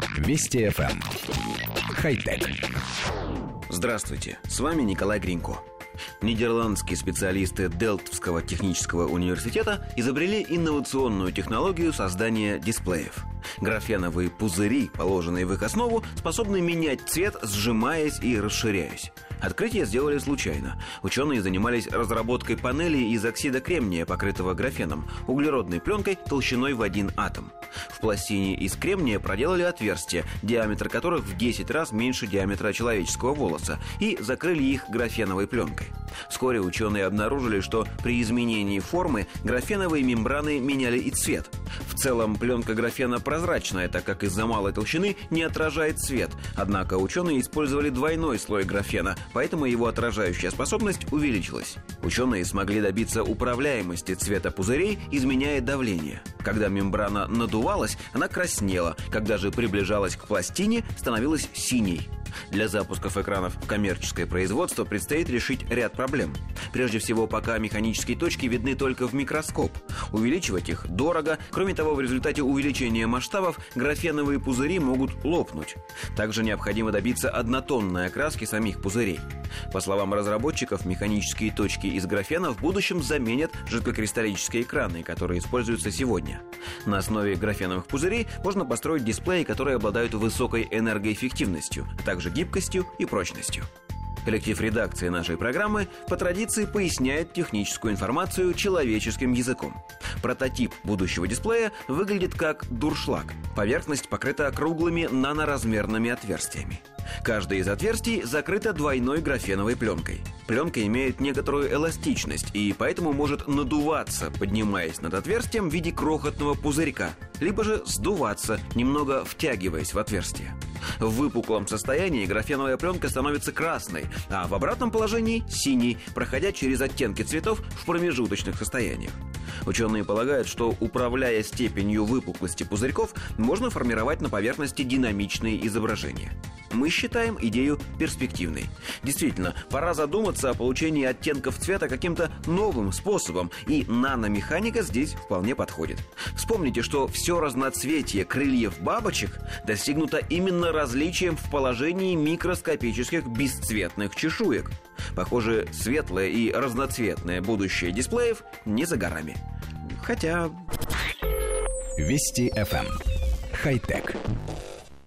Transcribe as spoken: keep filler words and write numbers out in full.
Вести эф эм. Хай-тек. Здравствуйте, с вами Николай Гринько. Нидерландские специалисты Делфтского технического университета изобрели инновационную технологию создания дисплеев. Графеновые пузыри, положенные в их основу, способны менять цвет, сжимаясь и расширяясь. Открытие сделали случайно. Ученые занимались разработкой панели из оксида кремния, покрытого графеном, углеродной пленкой толщиной в один атом. В пластине из кремния проделали отверстия, диаметр которых в десять раз меньше диаметра человеческого волоса, и закрыли их графеновой пленкой. Вскоре ученые обнаружили, что при изменении формы графеновые мембраны меняли и цвет. В целом пленка графена прозрачная, так как из-за малой толщины не отражает свет. Однако ученые использовали двойной слой графена, поэтому его отражающая способность увеличилась. Ученые смогли добиться управляемости цвета пузырей, изменяя давление. Когда мембрана надувалась, она краснела, когда же приближалась к пластине, становилась синей. Для запусков экранов в коммерческое производство предстоит решить ряд проблем. Прежде всего, пока механические точки видны только в микроскоп. Увеличивать их дорого. Кроме того, в результате увеличения масштабов графеновые пузыри могут лопнуть. Также необходимо добиться однотонной окраски самих пузырей. По словам разработчиков, механические точки из графена в будущем заменят жидкокристаллические экраны, которые используются сегодня. На основе графеновых пузырей можно построить дисплеи, которые обладают высокой энергоэффективностью, а также гибкостью и прочностью. Коллектив редакции нашей программы по традиции поясняет техническую информацию человеческим языком. Прототип будущего дисплея выглядит как дуршлаг. Поверхность покрыта круглыми наноразмерными отверстиями. Каждое из отверстий закрыто двойной графеновой пленкой. Пленка имеет некоторую эластичность и поэтому может надуваться, поднимаясь над отверстием в виде крохотного пузырька, либо же сдуваться, немного втягиваясь в отверстие. В выпуклом состоянии графеновая пленка становится красной, а в обратном положении – синей, проходя через оттенки цветов в промежуточных состояниях. Ученые полагают, что, управляя степенью выпуклости пузырьков, можно формировать на поверхности динамичные изображения. Мы считаем идею перспективной. Действительно, пора задуматься о получении оттенков цвета каким-то новым способом, и наномеханика здесь вполне подходит. Вспомните, что все разноцветие крыльев бабочек достигнуто именно различием в положении микроскопических бесцветных чешуек. Похоже, светлое и разноцветное будущее дисплеев не за горами. Хотя... Вести эф эм. Хай-тек.